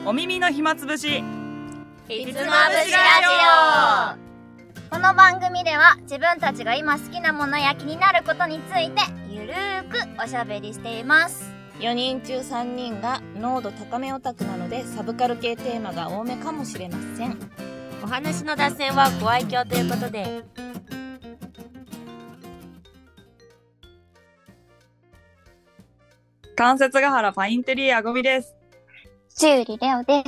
お耳の暇つぶしひつまぶしラジオ。この番組では自分たちが今好きなものや気になることについてゆるーくおしゃべりしています。 4人中3人が濃度高めオタクなのでサブカル系テーマが多めかもしれません。 お話の脱線はご愛嬌ということで。 関節ヶ原パインテリーあごみです。 チューリレオです。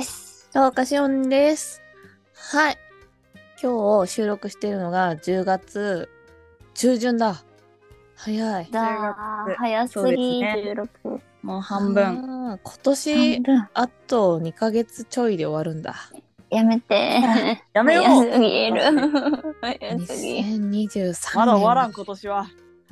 どうかしおんです。はい。今日収録しているのが10月中旬だ。早い。 早すぎ、ね、16。 もう半分。 今年あと2ヶ月ちょいで終わるんだ。 やめて。 やめよう。 早すぎる。早すぎ。 2023年。 まだ終わらん今年は。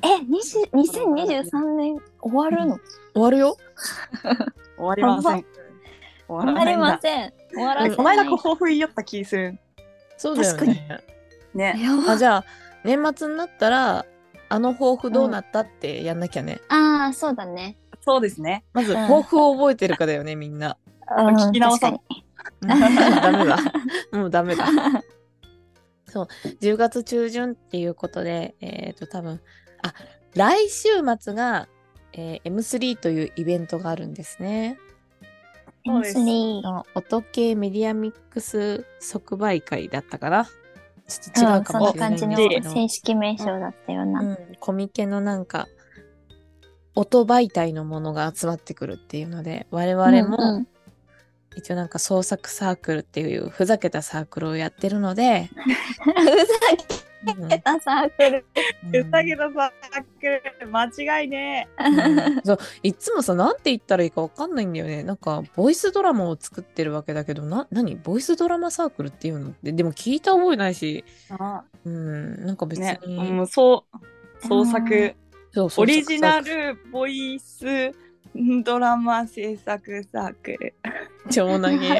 2023年終わるの？ 終わるよ。 終わりません。 終わりません。終わらせない。 この間抱負言いよった気する。 そうだよね。 ね。 あ、じゃあ年末になったらあの抱負どうなったってやんなきゃね。 ああ、そうだね。 そうですね。 まず抱負を覚えてるかだよね、みんな。 聞き直そう。 ダメだ。もうダメだ。そう、10月中旬っていうことで、多分来週末が、M3 というイベントがあるんですね。 そうです。 音系メディアミックス即売会だったかな。ちょっと違うかもしれないんですけど、 そんな感じの正式名称だったよな。 コミケのなんか音媒体のものが集まってくるっていうので、我々も一応なんか創作サークルっていうふざけたサークルをやってるのでふざけたサークル、 ふざけたサークル間違いね。 そう、いつもさ、なんて言ったらいいかわかんないんだよね。なんかボイスドラマを作ってるわけだけど、何ボイスドラマサークルっていうのって、でも聞いた覚えないし、なんか別に、 ね、創作、オリジナルボイスドラマ制作サークル。 超投げ。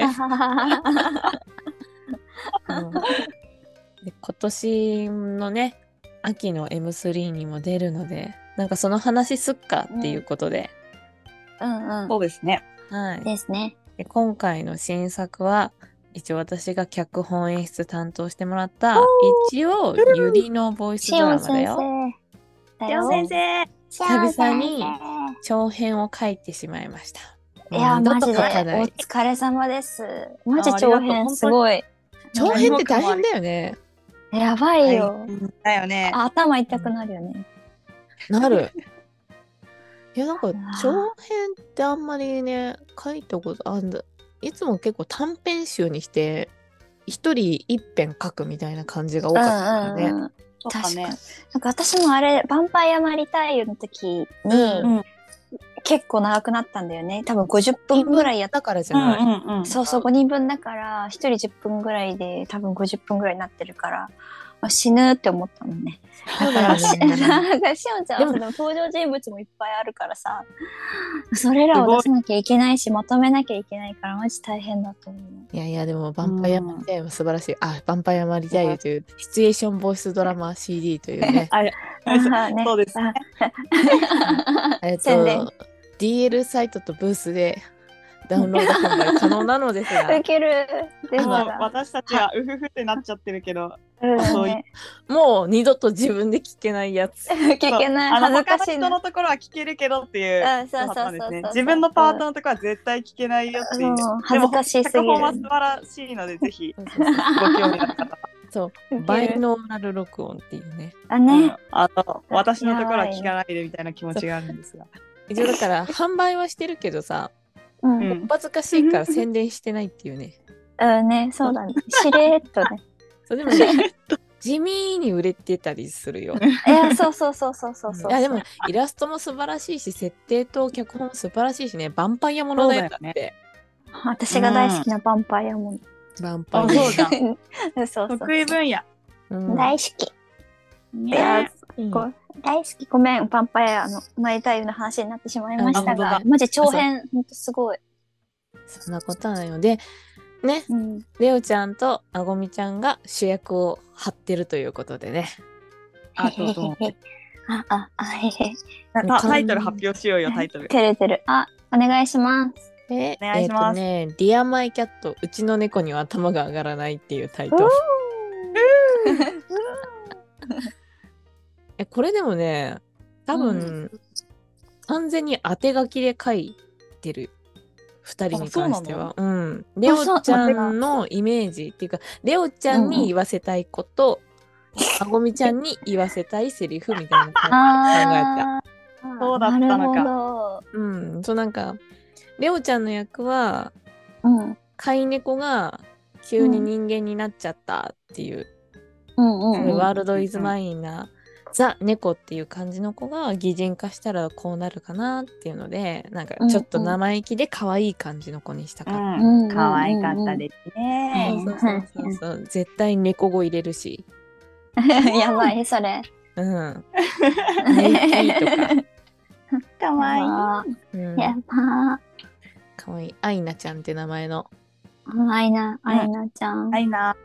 で今年のね、秋の M3 にも出るので、なんかその話すっかっていうことで。 そうですね。 はい。 ですね。 で今回の新作は、一応私が脚本演出担当してもらった、一応ゆりのボイスドラマだよ。 しお先生。 久々に長編を書いてしまいました。 いや、マジでお疲れ様です。マジ長編すごい。 長編って大変だよね。 やばいよ。 だよね。 頭痛くなるよね。 なる。いや、なんか長編ってあんまりね、書いたことあんだ。いつも結構短編集にして一人一編書くみたいな感じが多かったからね。 確かに。なんか私もあれヴァンパイアマリタイユの時に、結構長くなったんだよね。多分50分ぐらいやったからじゃない。 そうそう、5人分だから1人10分ぐらいで多分50分ぐらいになってるから、死ぬって思ったもんね。だからしおんちゃんはでも登場人物もいっぱいあるからさ、それらを出さなきゃいけないしまとめなきゃいけないからマジ大変だと思う。 いやいや、でもヴァンパイアマリタイユも素晴らしい。ヴァンパイアマリタイユというシチュエーションボイスドラマ CD というね。 そうです。 DL サイトとブースでダウンロード販売可能なのですが。 ウケる。 私たちはうふふってなっちゃってるけど、 もう二度と自分で聞けないやつ。 聞けない。恥ずかしい。 他の人のところは聞けるけどっていう。自分のパートのところは絶対聞けないよっていう。 恥ずかしすぎる。 でも脚本は素晴らしいのでぜひご興味ある方は。 そう、バイノーラル録音っていうね。 私のところは聞かないでみたいな気持ちがあるんですが。 一応だから販売はしてるけどさ、お恥ずかしいから宣伝してないっていうね。 ね、そうだね。しれーっとね。 そうでもね、地味に売れてたりするよ。 いや、そう。いやでもイラストも素晴らしいし、設定と脚本も素晴らしいしね、ヴァンパイアものだよね。 私が大好きなヴァンパイアもの。 ヴァンパイア。 そう得意分野。 大好き。いや、大好き。ごめん、ヴァンパイアのマリタイユの話になってしまいましたが、マジ長編ほんとすごい。 そんなことなのでね、レオちゃんとあごみちゃんが主役を張ってるということでね。 タイトル発表しようよ、タイトル。 てる。お願いします。 お願いします。 ディアマイキャット、うちの猫には頭が上がらないっていうタイトル。これでもね、多分、完全に当て書きで書いてる。2人に関しては。レオちゃんのイメージっていうか、レオちゃんに言わせたいこと、あごみちゃんに言わせたいセリフみたいな感じで考えた。 そうだったのか。 そうなんか、レオちゃんの役は、飼い猫が急に人間になっちゃったっていう、ワールドイズマインなザ・猫っていう感じの子が擬人化したらこうなるかなっていうので、なんかちょっと生意気で可愛い感じの子にしたかった。 可愛かったですね。 そう絶対猫語入れるし。 やばいそれ。 ネイキとか。 かわいい。 やば。 かわいい。アイナちゃんって名前の。 アイナちゃん。 アイナ。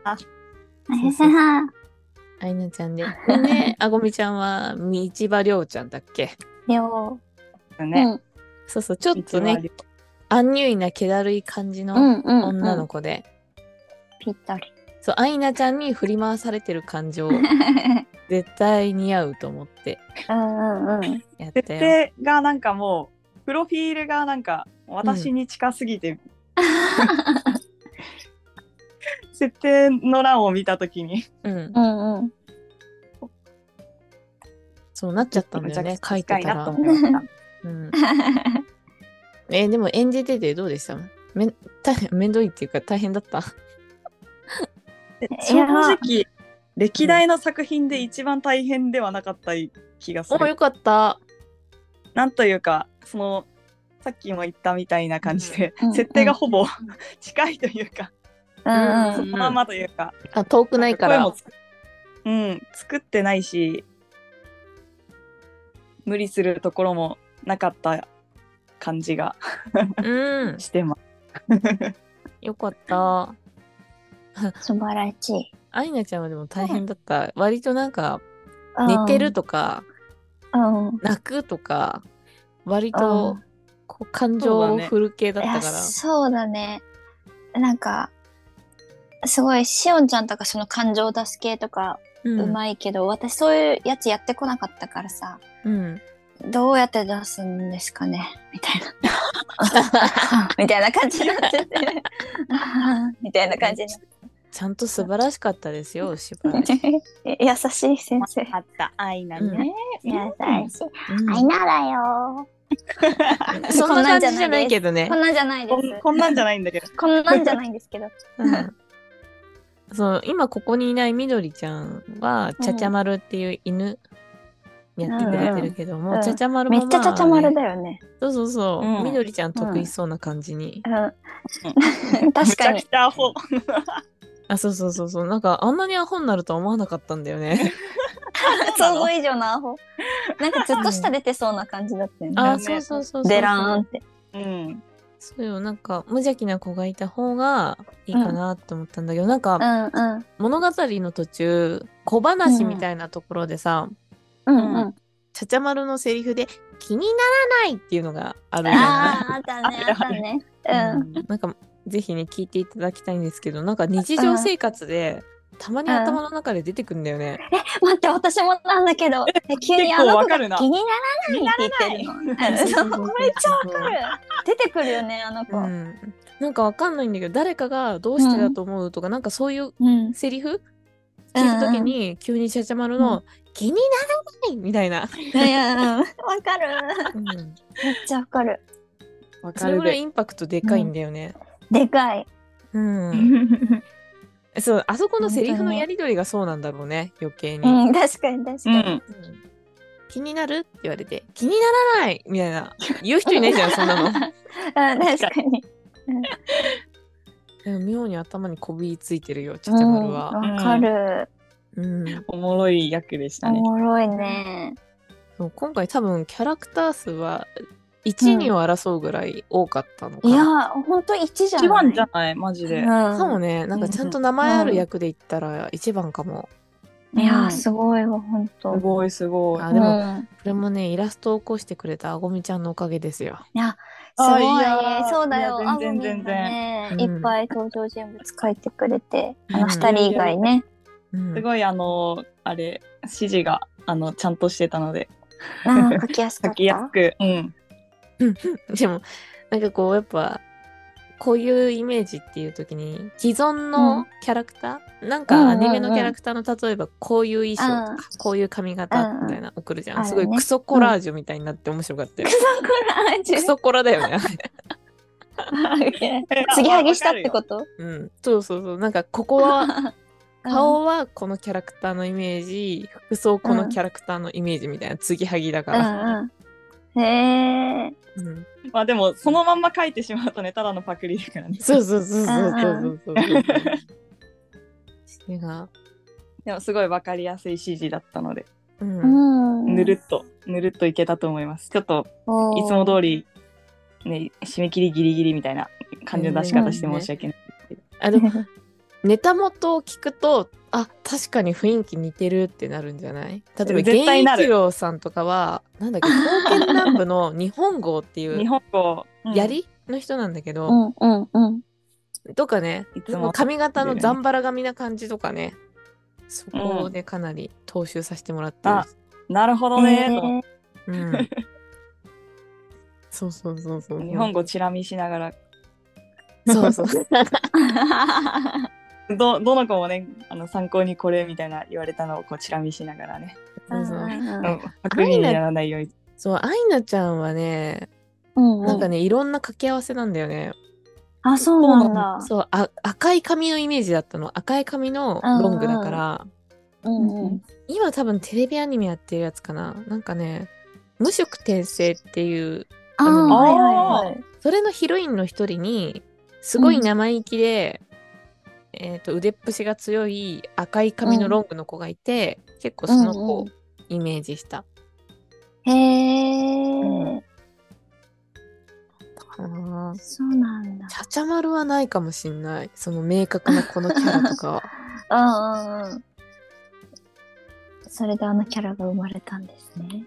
アイナちゃんで。でね、あごみちゃんは道場りょうちゃんだっけ？ りょう。ね。 そうそう、ちょっとね、アンニュイな気だるい感じの女の子で。 ぴったり。 そう、アイナちゃんに振り回されてる感情、絶対似合うと思って。やったよ。 設定がなんかもう、プロフィールがなんか、私に近すぎて、設定の欄を見たときに、 そうなっちゃったんだよね、書いてたら。でも演じててどうでした？大変めんどいっていうか大変だった？ 正直、歴代の作品で一番大変ではなかった気がする。 よかった。 なんというか、さっきも言ったみたいな感じで、設定がほぼ近いというか、そのままというか、 遠くないから。 声も作ってないし、無理するところもなかった感じがしてます。 よかった。 素晴らしい。 アイナちゃんはでも大変だった。割となんか、寝てるとか、泣くとか、割と感情を振る系だったから。 そうだね。なんか、すごい、しおんちゃんとかその感情を出す系とかうまいけど、私そういうやつやってこなかったからさ、どうやって出すんですかねみたいな。みたいな感じになってて。みたいな感じになって。 ちゃんと素晴らしかったですよ、しばらく。 優しい先生。 あったアイナね。 優しい。アイナだよ。 そんな感じじゃないけどね。 こんなんじゃないです。 こんなんじゃないんだけど。 こんなんじゃないんですけど。 そう、今ここにいないみどりちゃんは、ちゃちゃまるっていう犬やってくれてるけども、ちゃちゃまるもめっちゃちゃちゃまるだよね。 そうみどりちゃん得意そうな感じに。 確かに。 めちゃくちゃアホ。 そうなんかあんなにアホになるとは思わなかったんだよね。 想像以上のアホ。なんかずっと舌出てそうな感じだったよね。 そう。 デラーンって。 そうよ、なんか無邪気な子がいた方がいいかなって思ったんだけど、なんか、物語の途中、小話みたいなところでさ、ちゃちゃまるのセリフで気にならないっていうのがあるじゃない？ あったね。 なんかぜひね聞いていただきたいんですけど、なんか日常生活で、たまに頭の中で出てくんだよね。 待って、私もなんだけど、急にあの子が気にならないって言ってるの。めっちゃわかる。出てくるよね、あの子。 なんかわかんないんだけど、誰かがどうしてだと思うとか、なんかそういうセリフ聞くときに、急にちゃちゃまるの、気にならないみたいな。 わかる。めっちゃわかる。 それぐらいインパクトでかいんだよね。 でかい。 そう、あそこのセリフのやりとりがそうなんだろうね、余計に。 確かに。 気になるって言われて、気にならないみたいな。言う人いないじゃん、そんなの。 確かに。 でも妙に頭にこびりついてるよ、ちゃちゃまるは。 わかる。 おもろい役でしたね。 おもろいね。 今回多分キャラクター数は1、2を争うぐらい多かったのか。 いや、ほんと1じゃない？ 一番じゃないマジで。 かもね、なんかちゃんと名前ある役で言ったら1番かも。 いやー、すごいわ、ほんと。 すごいすごい。 あ、でも、これもね、イラストを起こしてくれたあごみちゃんのおかげですよ。 いや、すごいいやね。そうだよ。 いや全然あごみんがね、いっぱい登場人物書いてくれて、二人以外ね。 すごいあれ、指示がちゃんとしてたので。 書きやすかった。 書きやすく。 でも、なんかこう、やっぱ、こういうイメージっていう時に既存のキャラクター、なんかアニメのキャラクターの例えばこういう衣装とか、こういう髪型みたいな送るじゃん、すごいクソコラージュみたいになって面白かったよ、 クソコラージュクソコラだよね継ぎはぎしたってこと？ そうそうそう、なんかここは顔はこのキャラクターのイメージ、服装このキャラクターのイメージみたいな継ぎはぎだから、 へえ。 まあでもそのまんま書いてしまうとね、ただのパクリだからね。 そうそうそうそうそうでもすごいわかりやすい指示だったので、 ぬるっといけたと思います。ちょっといつも通りね、締め切りギリギリみたいな感じの出し方して申し訳ないけど、 あ、でもネタ元を聞くと、あ、確かに雰囲気似てるってなるんじゃない？例えば源一郎さんとかはなんだっけ、刀剣乱舞の日本号っていう日本語、 槍の人なんだけど、とかね、髪型のザンバラ髪な感じとかね、そこでかなり踏襲させてもらってる。 なるほどね。 そうそうそうそう。 日本語チラ見しながら。 そうそう。 どの子もね、参考にこれみたいな言われたのをこうチラ見しながらね。確認にならないように。 そう、アイナちゃんはね、なんかね、いろんな掛け合わせなんだよね。 あ、そうなんだ。 そう、赤い髪のイメージだったの。赤い髪のロングだから。今多分テレビアニメやってるやつかな。なんかね、無色転生っていうアニメ。それのヒロインの一人に、すごい生意気で、腕っぷしが強い赤い髪のロングの子がいて、結構その子をイメージした。 へー。そうなんだ。 ちゃちゃまるはないかもしんない。その明確なこのキャラとかは。 それであのキャラが生まれたんですね。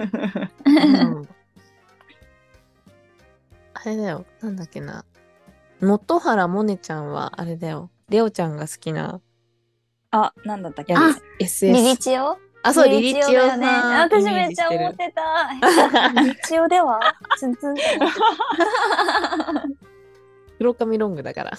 あれだよ、なんだっけな。能登原萌音ちゃんはあれだよ。レオちゃんが好きな。 なんだったっけ？ SS。 リリチオ？ あ、そう、リリチオだね。私めっちゃ思ってた。リリチオではツンツンって思ってた。 黒髪ロングだから。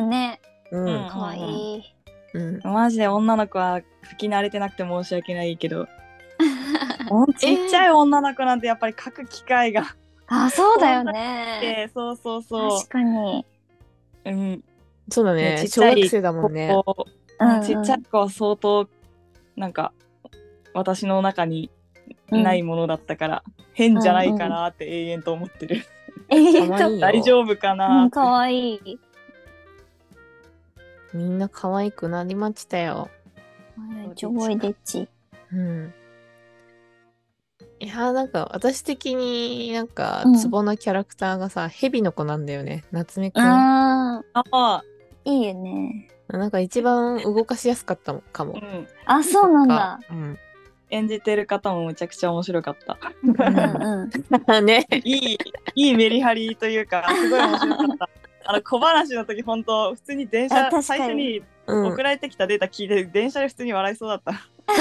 ね。 かわいい。 マジで女の子は書き慣れてなくて申し訳ないけど、ちっちゃい女の子なんてやっぱり書く機会がそうだよね。 そう確かに。 そうだね。小学生だもんね。 ちっちゃい子は相当なんか私の中にないものだったから、変じゃないかなって永遠と思ってる。大丈夫かな。 かわいい。 みんな可愛くなりましたよ。 ちょぼいでっち。 いや、なんか私的になんかツボなキャラクターがさ、ヘビの子なんだよね。夏目くん。 いいよね。 なんか一番動かしやすかったかも。 そうなんだ。 演じてる方もめちゃくちゃ面白かった。 ね。 いいメリハリというか、すごい面白かった。小話の時本当普通に電車最初に送られてきたデータ聞いて、電車で普通に笑いそうだった。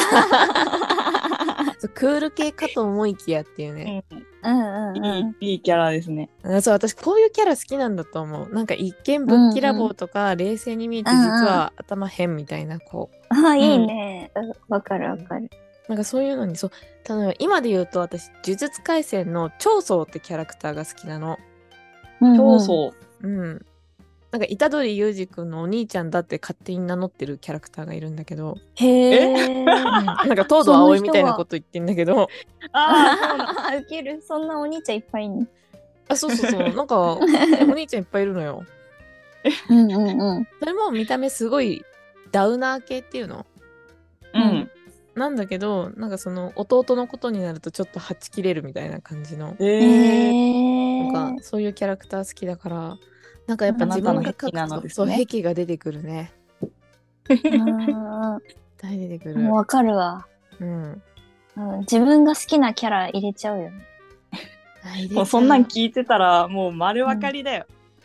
クール系かと思いきやっていうね。 いいキャラですね。 そう、私こういうキャラ好きなんだと思う。なんか一見ぶっきらぼうとか冷静に見えて実は頭変みたいな子。 いいね。わかるわかる。 なんかそういうのに、そう、例えば今で言うと私呪術廻戦の長宗ってキャラクターが好きなの。 長宗。 なんか虎杖裕二くんのお兄ちゃんだって勝手に名乗ってるキャラクターがいるんだけど、なんか東堂葵みたいなこと言ってんだけど、 ウケる。そんなお兄ちゃんいっぱいいんの？ そうなんかお兄ちゃんいっぱいいるのよ。それも見た目すごいダウナー系っていうの？なんだけど、なんかその弟のことになるとちょっとはち切れるみたいな感じの、なんかそういうキャラクター好きだから、なんかやっぱ自分が描くとそう癖が出てくるね。 対出てくる。 もうわかるわ。 うん。 自分が好きなキャラ入れちゃうよね。 もうそんなん聞いてたらもう丸分かりだよ。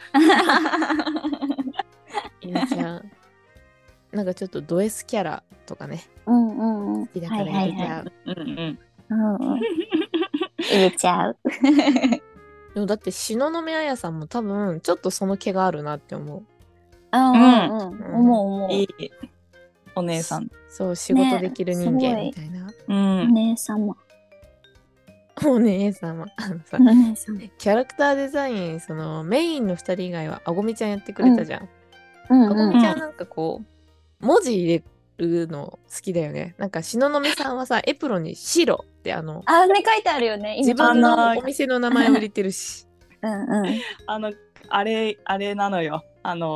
入れちゃう。なんかちょっとド S キャラとかね。 うんうんうん。 好きだから入れちゃう。 うんうん。 うんうん。入れちゃう。 でもだって東雲彩さんも多分ちょっとその気があるなって思う。 うんうんうん。思う思う。 いいお姉さん。 そう、仕事できる人間みたいな。 うおん。 姉様。 お姉様。さお姉様。 キャラクターデザイン、そのメインの2人以外はあごみちゃんやってくれたじゃん。 うんあごうん。 みちゃんなんかこう、文字入れるの好きだよね。なんか東雲さんはさ、エプロンに白ってあれ書いてあるよね。 自分のお店の名前を入れてるし。 うんうん。 あれなのよ。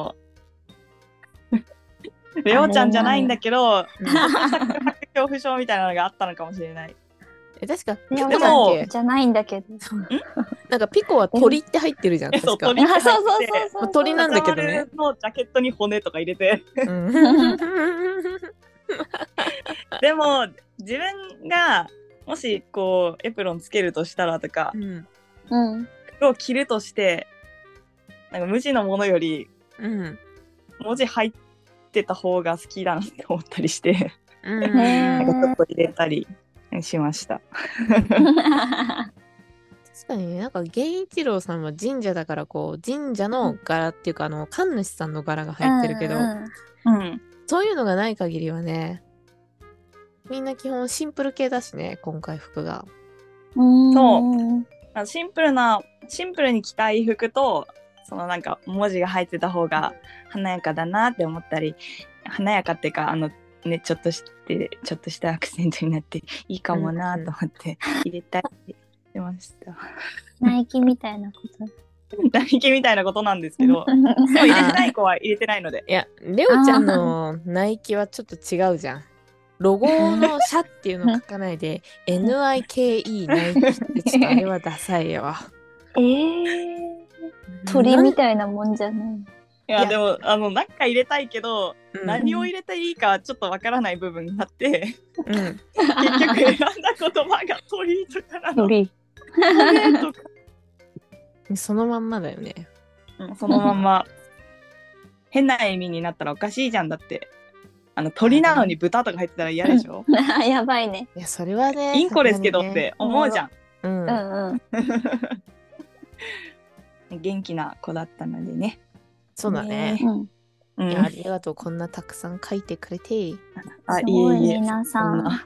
レオちゃんじゃないんだけど、恐怖症みたいなのがあったのかもしれない。 確か、 レオピコちゃんだっけじゃないんだけど。 なんかピコは鳥って入ってるじゃん。 そう、 確か。 鳥って入ってそうそうそうそう。 鳥なんだけどね。 丸のジャケットに骨とか入れて。 うんでも、自分が、もし、こう、エプロンつけるとしたらとか、 うん。 服を着るとして、なんか無地のものより、 うん。 文字入ってた方が好きだなって思ったりして、 うん。 ねなんかちょっと入れたりしました。 確かにね、なんか源一郎さんは神社だからこう神社の柄っていうか神主さんの柄が入ってるけど、 うん。 そういうのがない限りはね、みんな基本シンプル系だしね、今回服が。 そうシンプルに着たい服と、そのなんか文字が入ってた方が華やかだなって思ったり、華やかっていうかね、ちょっとしたアクセントになっていいかもなと思って入れたりしました。 ナイキみたいなこと。 ナイキみたいなことなんですけど、でも入れてない子は入れてないので。 いや、レオちゃんのナイキはちょっと違うじゃん。ロゴの社っていうの書かないでNIKE ナイキってちょっとあれはダサいよ。 鳥みたいなもんじゃない。 いやでもなんか入れたいけど、何を入れていいかちょっとわからない部分があって、結局選んだ言葉が鳥とかなの。 鳥とかそのまんまだよね。 そのまんま変な意味になったらおかしいじゃん。だって鳥なのに豚とか入ってたら嫌でしょ。 やばいね。 いや、それはね。 インコですけどって思うじゃん。元気な子だったのでね。 そうだね。いや、ありがとう。こんなたくさん書いてくれて。 すごい皆さん。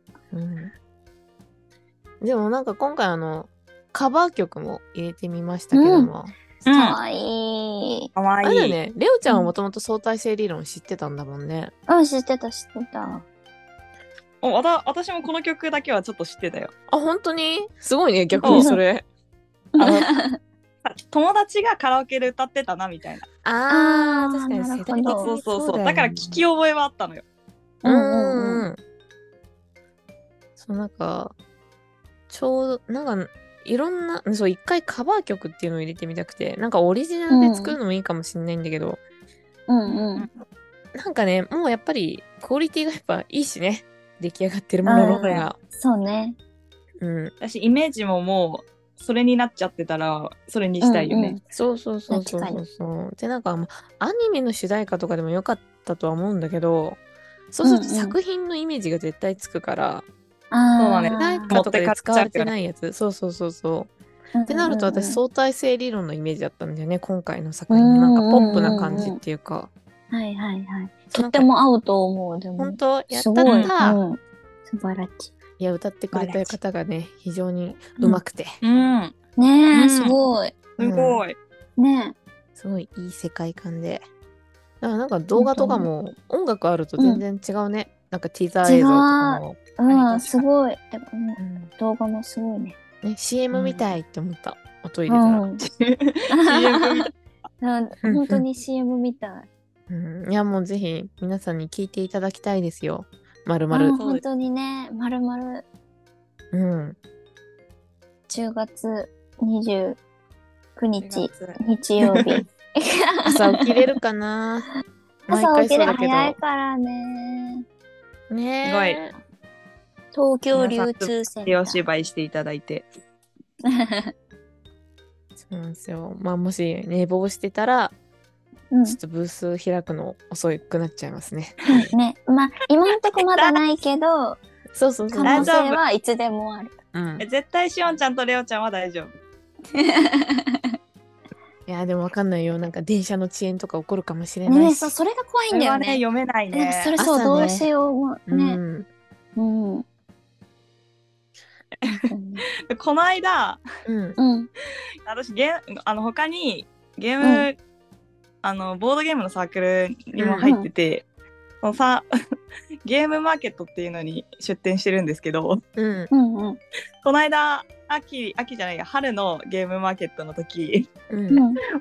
でもなんか今回カバー曲も入れてみましたけども。 かわいい。 かわいい。 あれだね、レオちゃんはもともと相対性理論知ってたんだもんね。 知ってた。 私もこの曲だけはちょっと知ってたよ。 あ、本当にすごいね、逆にそれ。 友達がカラオケで歌ってたなみたいな。 確かに世代的にそう。だから聞き覚えはあったのよ。 そうなんかちょうどなんかいろんな一回カバー曲っていうのを入れてみたくて、なんかオリジナルで作るのもいいかもしれないんだけど、なんかね、もうやっぱりクオリティがやっぱいいしね、出来上がってるものの方が。 そうね。 私イメージももうそれになっちゃってたらそれにしたいよね。 そう。でなんかアニメの主題歌とかでもよかったとは思うんだけど、そうすると作品のイメージが絶対つくから、 そうだね。 主題歌とかで使われてないやつ、そう。ってなると私相対性理論のイメージだったんだよね、今回の作品。なんかポップな感じっていうか。 はい。とっても合うと思う。でも本当やった。 素晴らしい。 いや、歌ってくれた方がね、非常にうまくて。 ねえ、すごい。ねえ。 すごいいい世界観で。だからなんか動画とかも音楽あると全然違うね。なんかティザー映像とかも。 すごい。でも動画もすごいね。 CM みたいって思った。音入れたら。 CM みたい。 本当に CM みたい。 いや、もうぜひ皆さんに聞いていただきたいですよ。丸々。 本当にね、丸々。10月29日、日曜日。 朝起きれるかな。 朝起きれ早いからね。 ねすごいえ。 東京流通センタ手おー。 芝居していただいて。 そうなんですよ。まあもし寝坊してたら、 うんちょっとブース開くの遅くなっちゃいますね。 ね、まあ今んとこまだないけど、 そうそうそう。 可能性はいつでもある。 うん。 絶対しおんちゃんとレオちゃんは大丈夫。 いや、でもわかんないよ。なんか電車の遅延とか起こるかもしれないね、 し。 それが怖いそれはね、 んだよね。 読めないなんかそね。 れそう、 朝ねどうしようもうね。 ん。 うん。 この間、 うん。 うん。 私他にゲーム、ボードゲームのサークルにも入ってて、そのゲームマーケットっていうのに出店してるんですけど、 うん。 うんうん。 この間秋じゃないや春のゲームマーケットの時うん。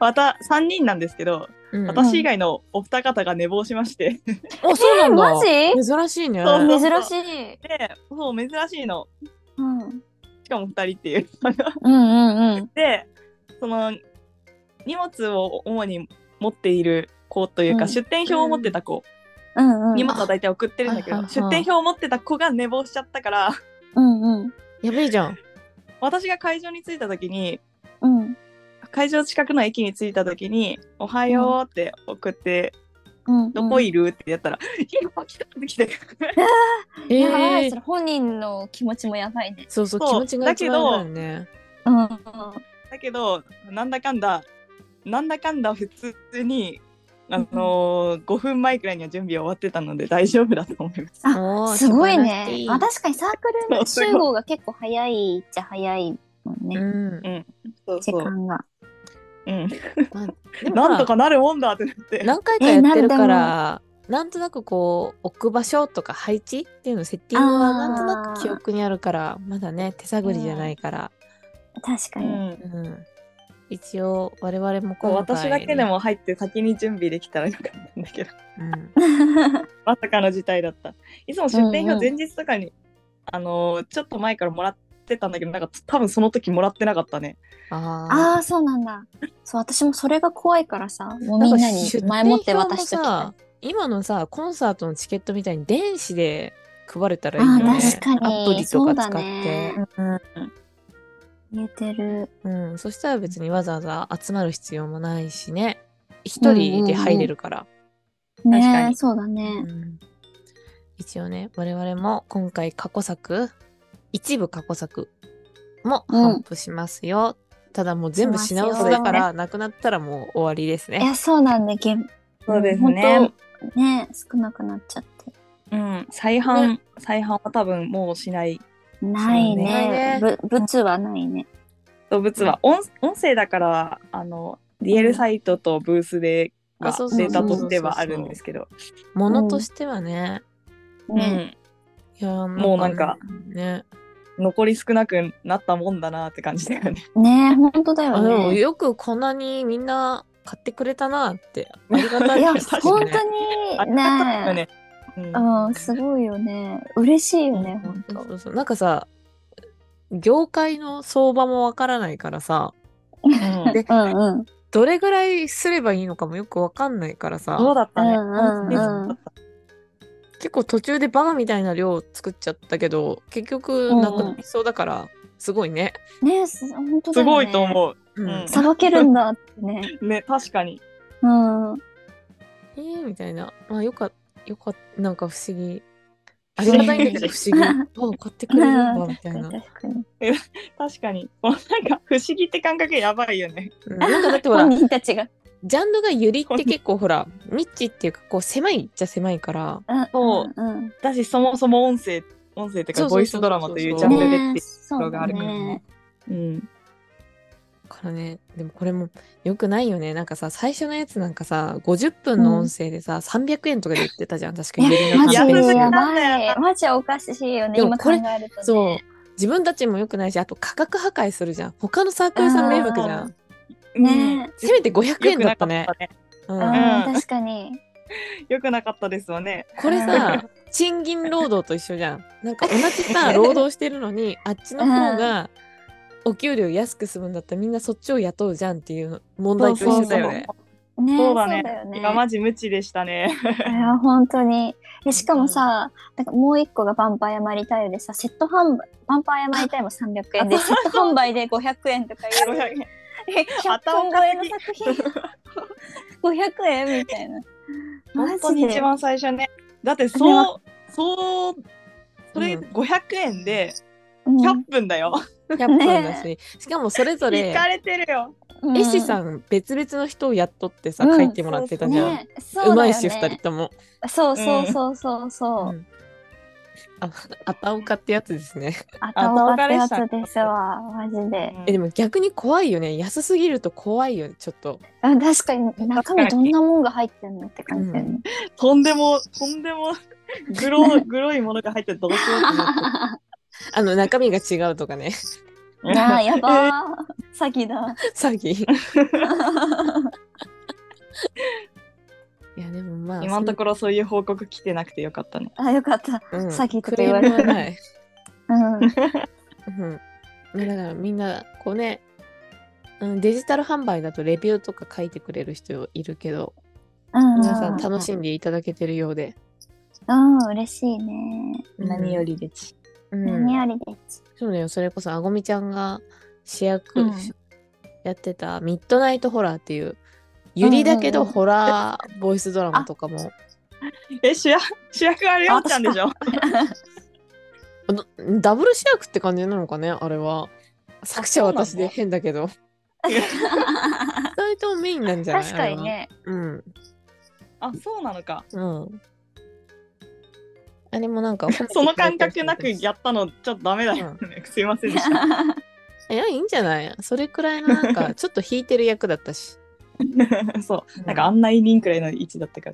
3人なんですけど、 うん。 私以外のお二方が寝坊しましてあ、そうなんだ。 マジ珍しいね。 そう珍しい。 でそう珍しいの、 うん。 しかも2人っていううんうんうん。 でその荷物を主に持っている子というか、 うん出店表を持ってた子、 うんうん。 荷物は大体送ってるんだけど、 はいはいはい出店表を持ってた子が寝坊しちゃったからうんうん。 やべえじゃん。 私が会場に着いた時にうん会場近くの駅に着いた時に「おはよう」って送ってうん。 どこいるってやったら、今来たって来て。 やばい、 ええそれ本人の気持ちもやばいね。 そうそう、 そう気持ちが一番だよね。 うん。 だけど、なんだかんだ普通に、5分前くらいには準備は終わってたので大丈夫だと思います。 おーすごい心配なくてい。いねあ、確かにサークル集合が結構早いっちゃ早いもんね。 うん。 時そうそう。 間が。 うん。 まあでもなんとかなるもんだってなって。 何回かやってるから、なんとなくこう置く場所とか配置っていうのセッティングはなんとなく記憶にあるからまだね手探りじゃないから、 確かに。 一応我々もそう今回、 私だけでも入って先に準備できたらよかったんだけど、 うん、 まさかの事態だった。いつも出店表前日とかに、ちょっと前からもらってたんだけど、なんか多分その時もらってなかったね。 ああ、そうなんだ。そう、私もそれが怖いからさ、もうみんなに前もって渡しときたい。 今のさコンサートのチケットみたいに電子で配れたらいいよね。 確かにアプリとか使って。 そうだね言えてる。 そしたら別にわざわざ集まる必要もないしね。一人で入れるから。 確かねにそうだね。 一応ね、我々も今回一部過去作も頒布しますよ。ただもう全部品薄だから、なくなったらもう終わりですね。 いや、そうなんで、 そうですね。 本当ね、少なくなっちゃって。 再販は多分もうしない。 ないね。物はないね。 物は音声だからリエルサイトとブースでデータとしてはあるんですけど、 ものとしてはね。いやもうなんかね。 残り少なくなったもんだなって感じだよね。 ね、本当だよね。 でもよくこんなにみんな買ってくれたなってありがたいですね。 本当にね。すごいよね。嬉しいよね、本当。 そうなんかさ、業界の相場もわからないからさ、で、どれぐらいすればいいのかもよくわかんないからさ。 そうだったね。 結構途中でバカみたいな量作っちゃったけど、結局なくなりそうだから、すごいね。 ね、本当だよね。 すごいと思う。 さばけるんだってね。 ね、確かに。 みたいな。まあよかった、なんか不思議。ありがたいんだけど不思議。買ってくれるんだみたいな。 確かに。なんか不思議って感覚やばいよね。 なんかだってほら、 本人たちが。 ジャンルがユリって結構ほら、ニッチっていうかこう狭いっちゃ狭いから。 そう。だしそもそも音声っていうかボイスドラマというジャンルでっていうところがあるからね。 からね、でもこれもよくないよね。なんかさ、最初のやつなんかさ、50分の音声でさ、300円とかで売ってたじゃん。確かにユリのマジやばい。マジおかしいよね。今考えるとね。 そう。自分たちもよくないし、あと価格破壊するじゃん。他のサークルさん迷惑じゃん。 ねせめて500円だったね。 確かに。 よくなかったですよね。 これさ、賃金労働と一緒じゃん。なんか同じさ、労働してるのに、あっちの方がお給料安く済むんだったらみんなそっちを雇うじゃんっていう問題と一緒だよね。 ね、 そうだね。 よね。 今マジ無知でしたね。 いや、本当に。しかもさ、なんかもう一個がヴァンパイアマリタイルでさ、セット販売、ヴァンパイアマリタイルも300円で、セット販売で500円とかいう。 500円。 100本超えの作品500円みたいな。 本当に一番最初ね。だってそれ500円で100分だよ。 100分だし、しかもそれぞれ引かれてるよ。 絵師さん別々の人を雇ってさ、書いてもらってたじゃん。うまいし2人とも。 そうそうそうそうそう。 あたおかってやつですね。 あたおかってやつですわ、マジで。 でも逆に怖いよね。安すぎると怖いよね、ちょっと。 確かに中身どんなもんが入ってんのって感じだよね。 とんでもグロいものが入ってどうしようってなって。 中身が違うとかね。 やばー。詐欺だ。 詐欺。いやでもまあ今のところそういう報告来てなくてよかったね。 よかった。詐欺とか言われてない。だからみんなこうね、デジタル販売だとレビューとか書いてくれる人いるけど、皆さん楽しんでいただけてるようで。 嬉しいね。 何よりでち。 何よりでち。 そうだよ、それこそあごみちゃんが主役やってたミッドナイトホラーっていうゆりだけどホラーボイスドラマとかも。 主役あれよっちゃんでしょ。 ダブル主役って感じなのかね、あれは。作者は私で変だけど。2人ともメインなんじゃない？ 確かにね。 あ、そうなのか。 あれもなんかその感覚なくやったのちょっとダメだよね。すいませんでした。 いや、いいんじゃない？それくらいのなんかちょっと弾いてる役だったし。 そう、なんか案内人くらいの位置だったから。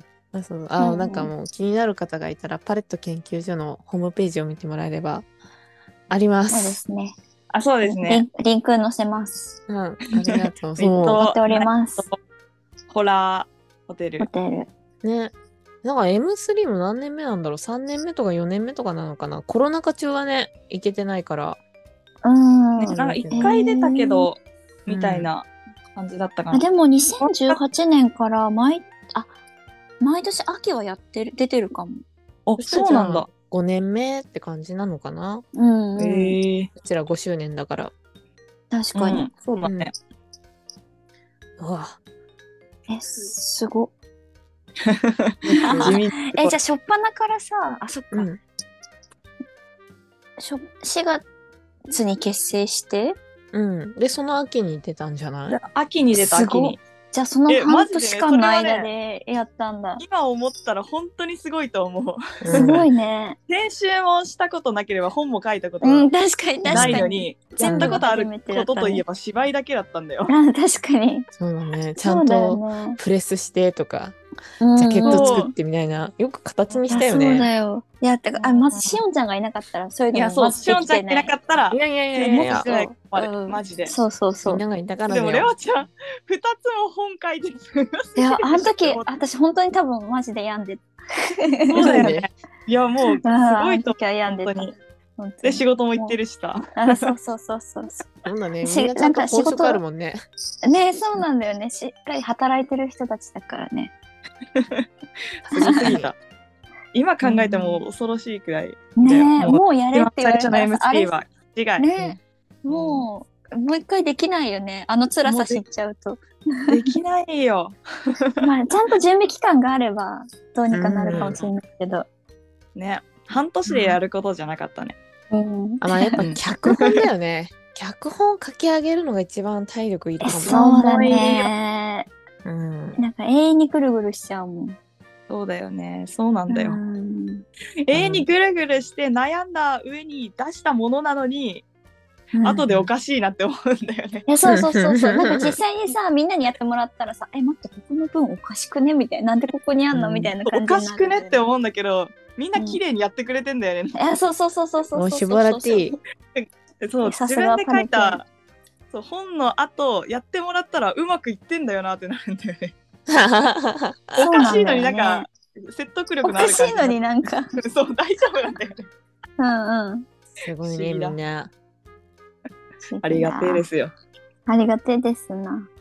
なんかもう気になる方がいたらパレット研究所のホームページを見てもらえればあります。 そうですね。 そうですね。 リンク載せます。 ありがとう。 載っております。 ホラーホテル。 ね。なんか M3 も何年目なんだろう？ 3 年目とか4年目とかなのかな？コロナ禍中はね、行けてないから。 なんか1回出たけど、みたいな感じだったかな。 でも2018年から毎年秋は出てるかも。 そうなんだ。 5年目って感じなのかな？こちら5周年だから。 確かに。 そうだね。 うわ。 すごっ。じゃあ初っ端からさ、そっか。4月に結成して、 でその秋に出たんじゃない？ 秋に出た。秋に。 じゃあその半年間の間でやったんだ。 今思ったら本当にすごいと思う。 すごいね。 編集もしたことなければ本も書いたことないのに、やったことあることといえば芝居だけだったんだよ。 確かに。 そうだね。ちゃんとプレスしてとか、ジャケット作ってみたいな、よく形にしたよね。 そうだよ。いや、まずしおんちゃんがいなかったら、そういうのもまずできてない。しおんちゃんがいなかったら、 マジで。 そう。 みんながいたからね。 でもレオちゃん、2つも本書いてる。 いや、あの時、私本当に多分マジで病んでた。 そうだよね。いや、もう、すごいと病んでた。 で、仕事も行ってるしさ。 そう。 そうだね。みんなちゃんと仕事あるもんね。 ね、そうなんだよね。しっかり働いてる人たちだからね。 すごすぎた。今考えても恐ろしいくらい。 ね、もうやれって言われたらあれは違い。 ね、もう一回できないよね。あの辛さ知っちゃうと。 できないよ。 まあちゃんと準備期間があればどうにかなるかもしれないけど。 ね、半年でやることじゃなかったね。 まあやっぱ脚本だよね。脚本書き上げるのが一番体力いるかも。 そうだね。なんか永遠にぐるぐるしちゃうもん。 そうだよね。そうなんだよ。永遠にぐるぐるして悩んだ上に出したものなのに、後でおかしいなって思うんだよね。 いや、そう。なんか実際にさ、みんなにやってもらったらさ、待って、ここの分おかしくねみたいな。なんでここにあんのみたいな感じになる。 おかしくねって思うんだけど、みんな綺麗にやってくれてんだよね。 いや、そう。 もう絞られていい。 そう、自分で書いた本の後やってもらったらうまくいってんだよなってなるんだよね。おかしいのになんか説得力のある感じ。 おかしいのになんかそう大丈夫なんだよね。 すごいねみんな。 ありがてえですよ。 ありがてえですな。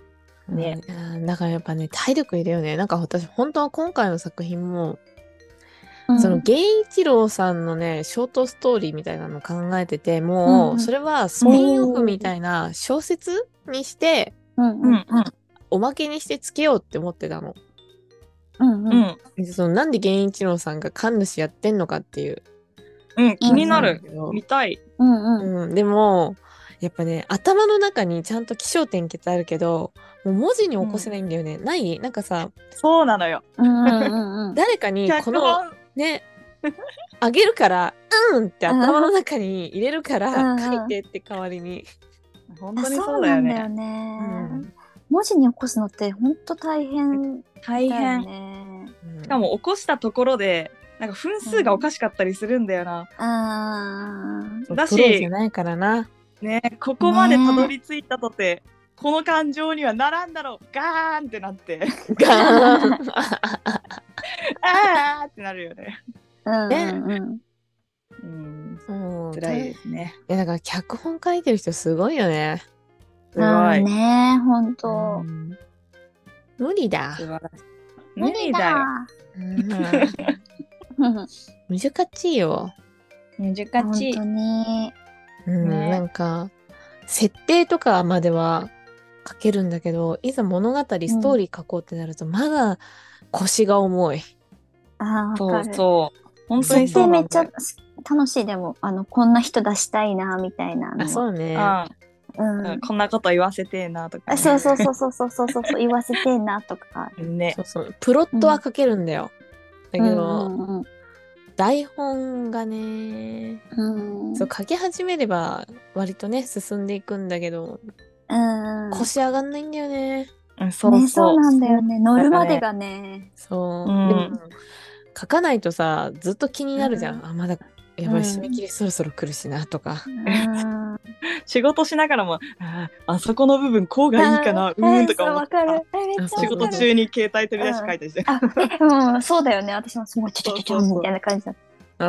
ね、 だからやっぱね体力いるよね。なんか私本当は今回の作品も、その源一郎さんのねショートストーリーみたいなの考えてて、もうそれはスピンオフみたいな小説にしておまけにしてつけようって思ってたの。そのなんで源一郎さんが神主やってんのかっていう。 気になる。見たい。 でもやっぱね頭の中にちゃんと起承転結あるけど、もう文字に起こせないんだよね。なんかさ、 そうなのよ。 誰かにこのねあげるからって頭の中に入れるから書いてって代わりに。 本当にそうだよね。 文字に起こすのって本当大変だよね。 しかも起こしたところでなんか分数がおかしかったりするんだよな。 だしプロじゃないからな。 ね、ここまでたどり着いたとて、この感情にはならんだろう、ガーンってなってガーンあーってなるよね。辛いですね。 いやだから脚本書いてる人すごいよね。 すごいね、本当。 無理だ。 無理だよ。 難しいよ。 難しい。 本当に。 なんか設定とかまでは書けるんだけど、いざ物語ストーリー書こうってなるとまだ腰が重い。 そう本当にそうなんだよ。 設定めっちゃ楽しい。でもこんな人出したいなみたいなの。 そうね。 こんなこと言わせてえなとか、 そう言わせてえなとかね。 そうプロットは書けるんだよ。だけど、台本がね、そう書き始めれば割とね進んでいくんだけど、腰上がんないんだよね。 そうなんだよね。乗るまでがね。 そう。でも書かないとさずっと気になるじゃん。まだやばい、締め切りそろそろ来るしなとか。 仕事しながらもあそこの部分こうがいいかなとか思って仕事中に携帯取り出して書いたりして。 そうだよね。私もすごいちょみたいな感じだった。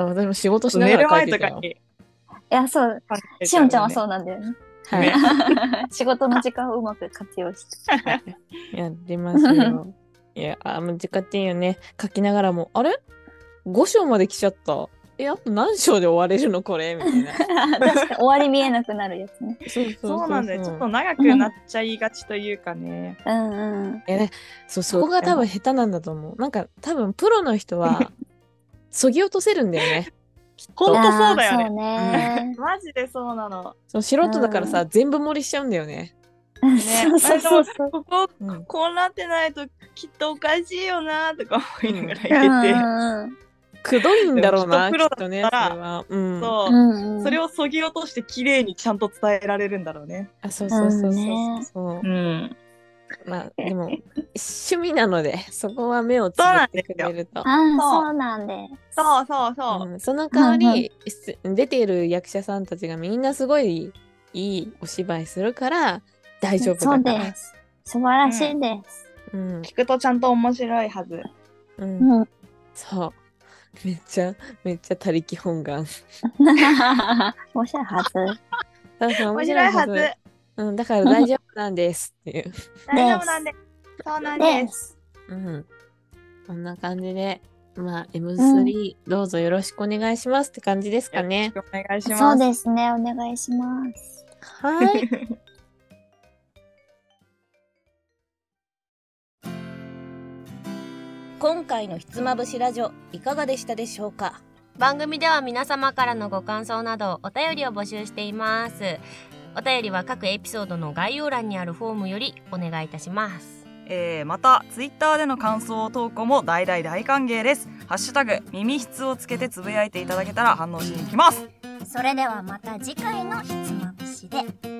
私も仕事しながら書いてたよ。 寝る前とかに。 いやそうしおんちゃんはそうなんだよね。仕事の時間をうまく活用してやってますよ。いや難しいよね。書きながらもあれ5章まで来ちゃった。あと何章で終われるのこれみたいな。 確かに終わり見えなくなるやつね。 そうなんだよ。ちょっと長くなっちゃいがちというかね。 そこが多分下手なんだと思う。なんか多分プロの人はそぎ落とせるんだよね。 ほんとそうだよね。 マジでそうなの。 素人だからさ全部盛りしちゃうんだよね。 こここうなってないときっとおかしいよなとか思いながら入れて。 くどいんだろうな、 プロきっとね、それは。 それをそぎ落として綺麗にちゃんと伝えられるんだろうね。 そう。まあでも趣味なのでそこは目をつぶってくれると。 そうなんで。 そう。 その代わり出ている役者さんたちがみんなすごいいいお芝居するから大丈夫だから。 そうです。素晴らしいです。 聞くとちゃんと面白いはず。 そう。めっちゃ他力本願。 面白いはず。 面白いはず。 だから大丈夫なんですっていう。 大丈夫なんです。そうなんです。 こんな感じで、M3 どうぞよろしくお願いしますって感じですかね。 よろしくお願いします。 そうですね、お願いします。 はい。 今回のひつまぶしラジオいかがでしたでしょうか。番組では皆様からのご感想などお便りを募集しています。お便りは各エピソードの概要欄にあるフォームよりお願いいたします。 またツイッターでの感想投稿も大歓迎です。ハッシュタグ耳質をつけてつぶやいていただけたら反応しに行きます。 それではまた次回のひつまぶしで。